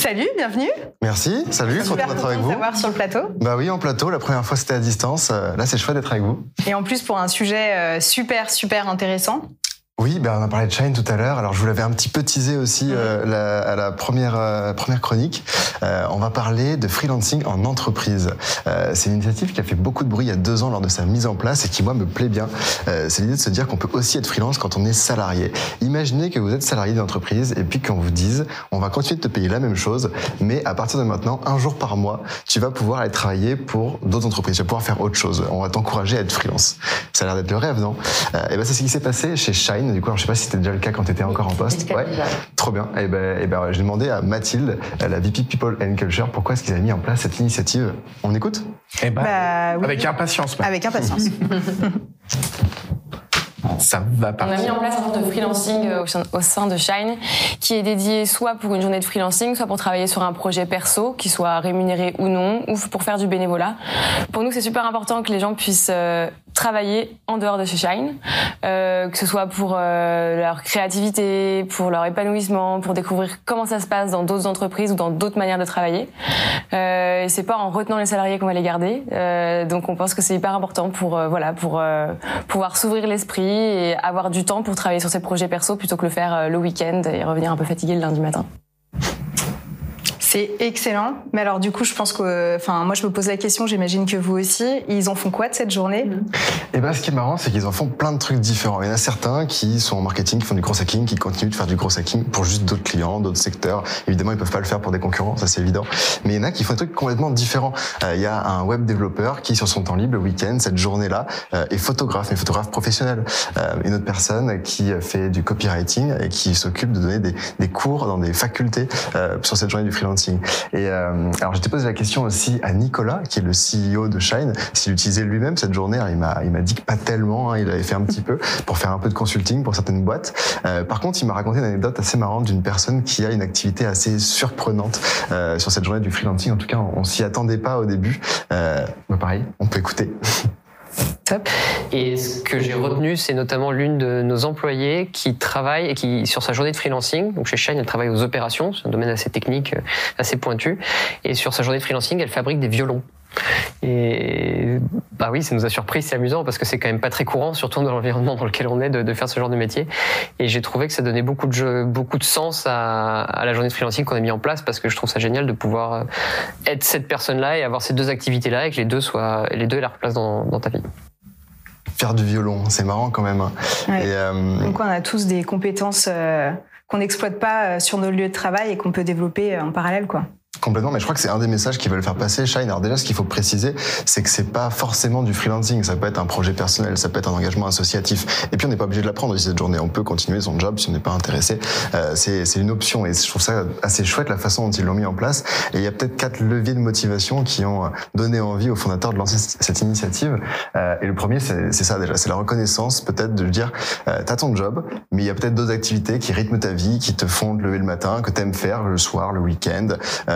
Salut, bienvenue. Merci, salut, content d'être avec vous. Super content de t'avoir sur le plateau. Bah oui, en plateau, la première fois c'était à distance, là c'est chouette d'être avec vous. Et en plus pour un sujet super intéressant. Oui, on a parlé de Shine tout à l'heure. Alors je vous l'avais un petit peu teasé aussi à la première chronique. On va parler de freelancing en entreprise. C'est une initiative qui a fait beaucoup de bruit il y a 2 ans lors de sa mise en place et qui moi me plaît bien. C'est l'idée de se dire qu'on peut aussi être freelance quand on est salarié. Imaginez que vous êtes salarié d'entreprise et puis qu'on vous dise on va continuer de te payer la même chose, mais à partir de maintenant, 1 jour par mois, tu vas pouvoir aller travailler pour d'autres entreprises. Tu vas pouvoir faire autre chose. On va t'encourager à être freelance. Ça a l'air d'être le rêve, non? Et c'est ce qui s'est passé chez Shine. Du coup, alors, je sais pas si c'était déjà le cas quand tu étais encore en poste. Ouais. Trop bien. J'ai demandé à Mathilde, la VP People and Culture, pourquoi est-ce qu'ils avaient mis en place cette initiative. On écoute? Oui. Avec impatience. Avec impatience. Ça va partir. On a mis en place un genre de freelancing au sein de Shine qui est dédié soit pour une journée de freelancing, soit pour travailler sur un projet perso qui soit rémunéré ou non, ou pour faire du bénévolat. Pour nous, c'est super important que les gens puissent travailler en dehors de chez Shine, que ce soit pour leur créativité, pour leur épanouissement, pour découvrir comment ça se passe dans d'autres entreprises ou dans d'autres manières de travailler. Et c'est pas en retenant les salariés qu'on va les garder. Donc on pense que c'est hyper important pour pouvoir s'ouvrir l'esprit et avoir du temps pour travailler sur ses projets perso plutôt que le faire le week-end et revenir un peu fatigué le lundi matin. C'est excellent. Mais alors du coup, je pense que, moi je me pose la question, j'imagine que vous aussi, ils en font quoi de cette journée? Et ce qui est marrant, c'est qu'ils en font plein de trucs différents. Il y en a certains qui sont en marketing, qui font du gros hacking, qui continuent de faire du gros hacking pour juste d'autres clients, d'autres secteurs. Évidemment, ils peuvent pas le faire pour des concurrents, ça c'est évident. Mais il y en a qui font des trucs complètement différents. Il y a un web développeur qui, sur son temps libre, le week-end, cette journée-là, est photographe, mais photographe professionnel. Une autre personne qui fait du copywriting et qui s'occupe de donner des cours dans des facultés sur cette journée du freelancing. Et alors j'étais posé la question aussi à Nicolas, qui est le CEO de Shine, s'il utilisait lui-même cette journée. Alors, il m'a dit que pas tellement, il avait fait un petit peu pour faire un peu de consulting pour certaines boîtes. Par contre, il m'a raconté une anecdote assez marrante d'une personne qui a une activité assez surprenante sur cette journée du freelancing. En tout cas, on s'y attendait pas au début. Pareil, on peut écouter. Top. Et ce que j'ai retenu, c'est notamment l'une de nos employées qui travaille et qui, sur sa journée de freelancing, donc chez Shine, elle travaille aux opérations, c'est un domaine assez technique, assez pointu, et sur sa journée de freelancing, elle fabrique des violons. Et oui, ça nous a surpris, c'est amusant parce que c'est quand même pas très courant, surtout dans l'environnement dans lequel on est, de faire ce genre de métier. Et j'ai trouvé que ça donnait beaucoup de sens à la journée de freelancing qu'on a mis en place, parce que je trouve ça génial de pouvoir être cette personne-là et avoir ces 2 activités-là et que les deux aient leur place dans ta vie. Faire du violon, c'est marrant quand même. Ouais. Donc on a tous des compétences qu'on n'exploite pas sur nos lieux de travail et qu'on peut développer en parallèle, quoi. Complètement, mais je crois que c'est un des messages qu'ils veulent faire passer, Shine. Alors déjà, ce qu'il faut préciser, c'est que c'est pas forcément du freelancing. Ça peut être un projet personnel, ça peut être un engagement associatif. Et puis, on n'est pas obligé de l'apprendre aussi cette journée. On peut continuer son job si on n'est pas intéressé. C'est une option. Et je trouve ça assez chouette la façon dont ils l'ont mis en place. Et il y a peut-être 4 leviers de motivation qui ont donné envie aux fondateurs de lancer cette initiative. Et le premier, c'est ça déjà. C'est la reconnaissance, peut-être, de dire, t'as ton job, mais il y a peut-être d'autres activités qui rythment ta vie, qui te font te lever le matin, que t'aimes faire le soir, le week-end.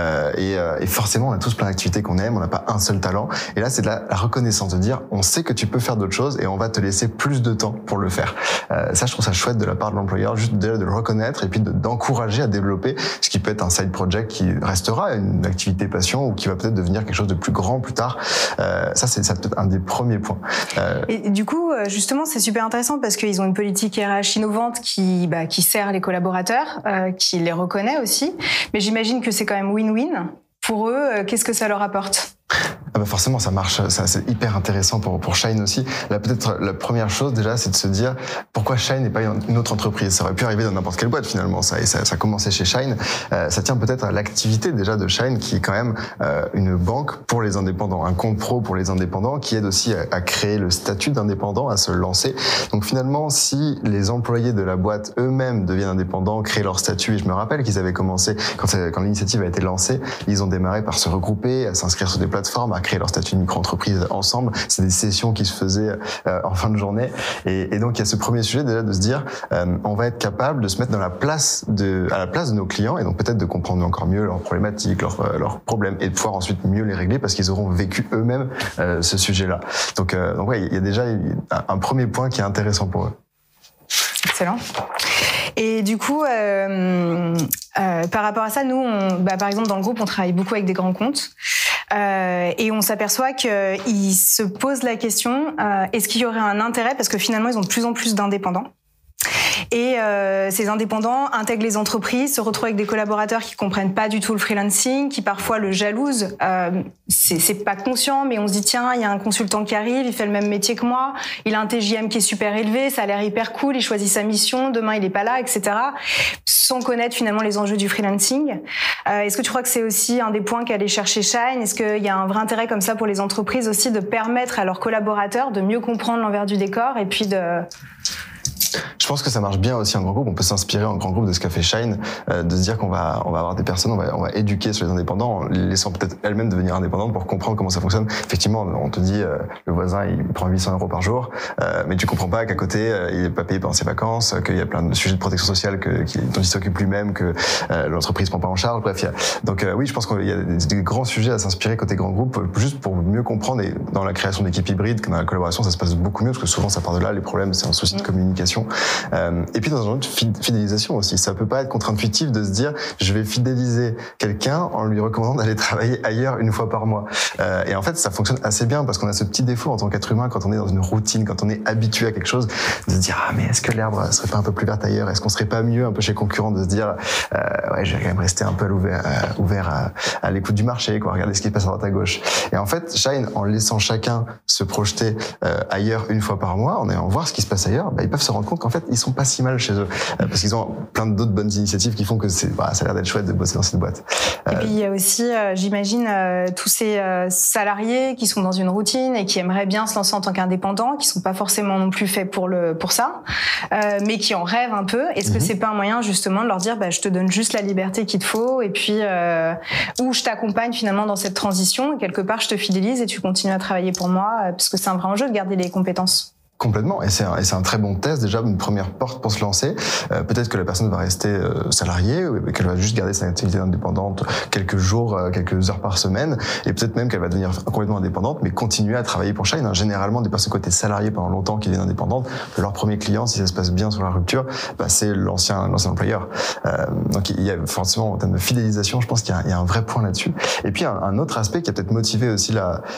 Et forcément, on a tous plein d'activités qu'on aime, on n'a pas un seul talent. Et là, c'est de la reconnaissance, de dire, on sait que tu peux faire d'autres choses et on va te laisser plus de temps pour le faire. Ça, je trouve ça chouette de la part de l'employeur, juste déjà de le reconnaître et puis d'encourager à développer ce qui peut être un side project qui restera une activité passion ou qui va peut-être devenir quelque chose de plus grand plus tard. Ça, c'est peut-être un des premiers points. Et du coup, justement, c'est super intéressant parce qu'ils ont une politique RH innovante qui sert les collaborateurs, qui les reconnaît aussi. Mais j'imagine que c'est quand même win-win. Pour eux, qu'est-ce que ça leur apporte ? Forcément, ça marche. Ça, c'est hyper intéressant pour Shine aussi. Là, peut-être la première chose déjà, c'est de se dire pourquoi Shine n'est pas une autre entreprise. Ça aurait pu arriver dans n'importe quelle boîte finalement. Ça a commencé chez Shine. Ça tient peut-être à l'activité déjà de Shine, qui est quand même une banque pour les indépendants, un compte pro pour les indépendants, qui aide aussi à créer le statut d'indépendant, à se lancer. Donc finalement, si les employés de la boîte eux-mêmes deviennent indépendants, créent leur statut, et je me rappelle qu'ils avaient commencé quand l'initiative a été lancée, ils ont démarré par se regrouper, à s'inscrire sur des plateformes, à créer leur statut de micro-entreprise ensemble. C'est des sessions qui se faisaient en fin de journée. Et donc, il y a ce premier sujet déjà de se dire, on va être capable de se mettre à la place de nos clients et donc peut-être de comprendre encore mieux leurs problématiques, leurs problèmes et de pouvoir ensuite mieux les régler parce qu'ils auront vécu eux-mêmes ce sujet-là. Donc ouais, il y a déjà un premier point qui est intéressant pour eux. Excellent. Et du coup, par rapport à ça, nous, par exemple, dans le groupe, on travaille beaucoup avec des grands comptes. Et on s'aperçoit qu'ils se posent la question, est-ce qu'il y aurait un intérêt, parce que finalement, ils ont de plus en plus d'indépendants. Et ces indépendants intègrent les entreprises, se retrouvent avec des collaborateurs qui comprennent pas du tout le freelancing, qui parfois le jalousent. C'est pas conscient, mais on se dit tiens, il y a un consultant qui arrive, il fait le même métier que moi, il a un TJM qui est super élevé, ça a l'air hyper cool, il choisit sa mission, demain il est pas là, etc. Sans connaître finalement les enjeux du freelancing. Est-ce que tu crois que c'est aussi un des points qu'allait chercher Shine? Est-ce qu'il y a un vrai intérêt comme ça pour les entreprises aussi de permettre à leurs collaborateurs de mieux comprendre l'envers du décor et puis de... Je pense que ça marche bien aussi en grand groupe. On peut s'inspirer en grand groupe de ce qu'a fait Shine, de se dire qu'on va avoir des personnes, on va éduquer sur les indépendants, en les laissant peut-être elles-mêmes devenir indépendantes pour comprendre comment ça fonctionne. Effectivement, on te dit, le voisin, il prend 800 € par jour, mais tu comprends pas qu'à côté, il est pas payé pendant ses vacances, qu'il y a plein de sujets de protection sociale dont il s'occupe lui-même, que l'entreprise prend pas en charge. Bref, donc oui, je pense qu'il y a des grands sujets à s'inspirer côté grand groupe, juste pour mieux comprendre. Et dans la création d'équipes hybrides, dans la collaboration, ça se passe beaucoup mieux, parce que souvent ça part de là, les problèmes, c'est un souci de communication. Et puis dans un autre fidélisation aussi, ça peut pas être contre-intuitif de se dire je vais fidéliser quelqu'un en lui recommandant d'aller travailler ailleurs une fois par mois. Et en fait ça fonctionne assez bien parce qu'on a ce petit défaut en tant qu'être humain quand on est dans une routine, quand on est habitué à quelque chose, de se dire ah mais est-ce que l'herbe serait pas un peu plus verte ailleurs, est-ce qu'on serait pas mieux un peu chez le concurrent, de se dire ouais je vais quand même rester un peu ouvert à l'écoute du marché, quoi, regarder ce qui se passe à droite à gauche. Et en fait Shine, en laissant chacun se projeter ailleurs une fois par mois, en allant voir ce qui se passe ailleurs, ils peuvent se rendre compte qu'en fait ils sont pas si mal chez eux parce qu'ils ont plein d'autres bonnes initiatives qui font que ça a l'air d'être chouette de bosser dans cette boîte. Et puis il y a aussi, j'imagine, tous ces salariés qui sont dans une routine et qui aimeraient bien se lancer en tant qu'indépendants, qui sont pas forcément non plus faits pour ça, mais qui en rêvent un peu. Est-ce que c'est pas un moyen justement de leur dire je te donne juste la liberté qu'il te faut et puis ou je t'accompagne finalement dans cette transition et quelque part je te fidélise et tu continues à travailler pour moi parce que c'est un vrai enjeu de garder les compétences. Complètement, et c'est un très bon test, déjà une première porte pour se lancer. Peut-être que la personne va rester salariée, ou qu'elle va juste garder sa activité indépendante quelques jours, quelques heures par semaine, et peut-être même qu'elle va devenir complètement indépendante, mais continuer à travailler pour Shine. Généralement, des personnes côté salarié pendant longtemps qui deviennent indépendantes, leur premier client, si ça se passe bien sur la rupture, c'est l'ancien employeur. Donc il y a forcément, en termes de fidélisation, je pense qu'il y a un vrai point là-dessus. Et puis un autre aspect qui a peut-être motivé aussi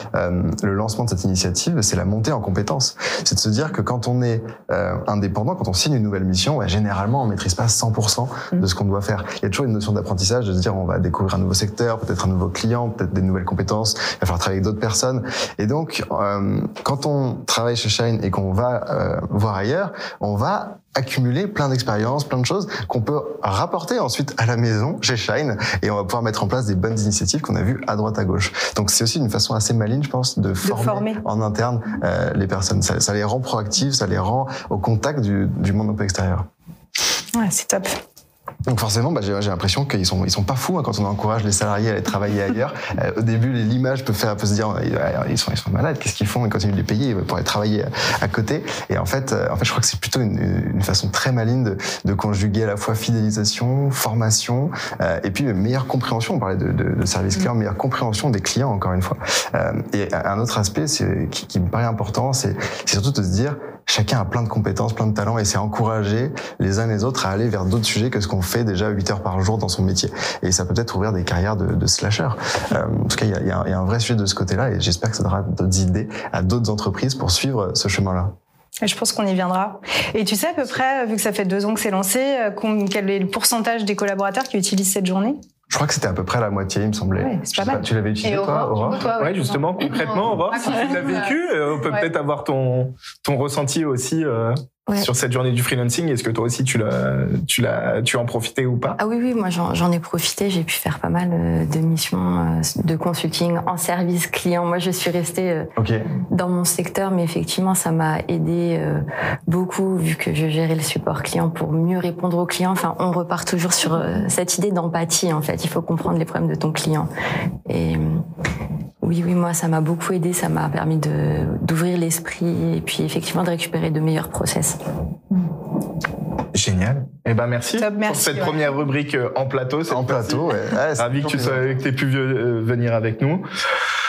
le lancement de cette initiative, c'est la montée en compétences. C'est de se dire que quand on est indépendant, quand on signe une nouvelle mission, généralement on maîtrise pas 100% de ce qu'on doit faire. Il y a toujours une notion d'apprentissage, de se dire on va découvrir un nouveau secteur, peut-être un nouveau client, peut-être des nouvelles compétences, il va falloir travailler avec d'autres personnes. Et donc quand on travaille chez Shine et qu'on va voir ailleurs, on va accumuler plein d'expériences, plein de choses qu'on peut rapporter ensuite à la maison chez Shine, et on va pouvoir mettre en place des bonnes initiatives qu'on a vues à droite à gauche. Donc c'est aussi une façon assez maligne, je pense, de former en interne les personnes. Ça les rend proactives, ça les rend au contact du monde un peu extérieur. Ouais, c'est top. Donc forcément, j'ai l'impression qu'ils sont pas fous quand on encourage les salariés à aller travailler ailleurs. Au début, l'image peut se dire ils sont malades, qu'est-ce qu'ils font? Ils continuent de les payer pour aller travailler à côté. Et en fait, je crois que c'est plutôt une façon très maligne de conjuguer à la fois fidélisation, formation, et puis meilleure compréhension. On parlait de service client, meilleure compréhension des clients, encore une fois. Et un autre aspect, qui me paraît important, c'est surtout de se dire chacun a plein de compétences, plein de talents, et c'est encourager les uns les autres à aller vers d'autres sujets que ce qu'on fait déjà 8 heures par jour dans son métier. Et ça peut peut-être ouvrir des carrières de slasher. En tout cas, il y a un vrai sujet de ce côté-là, et j'espère que ça donnera d'autres idées à d'autres entreprises pour suivre ce chemin-là. Je pense qu'on y viendra. Et tu sais à peu près, vu que ça fait 2 ans que c'est lancé, quel est le pourcentage des collaborateurs qui utilisent cette journée? Je crois que c'était à peu près la moitié, il me semblait. Ouais, c'est pas mal. Tu l'avais utilisé, toi, Aurore? Ouais, justement, concrètement, Aurore, si tu l'as vécu, on peut peut-être avoir ton ressenti aussi sur cette journée du freelancing. Est-ce que toi aussi tu as en profité ou pas? Ah oui, moi j'en ai profité. J'ai pu faire pas mal de missions de consulting en service client. Moi, je suis restée dans mon secteur, mais effectivement, ça m'a aidé beaucoup vu que je gérais le support client pour mieux répondre aux clients. Enfin, on repart toujours sur cette idée d'empathie. En fait, il faut comprendre les problèmes de ton client. Et oui, moi, ça m'a beaucoup aidé. Ça m'a permis d'ouvrir l'esprit et puis effectivement de récupérer de meilleurs process. Génial. Eh ben merci pour cette première rubrique en plateau. En plateau, ouais. Ravi que tu aies pu venir avec nous.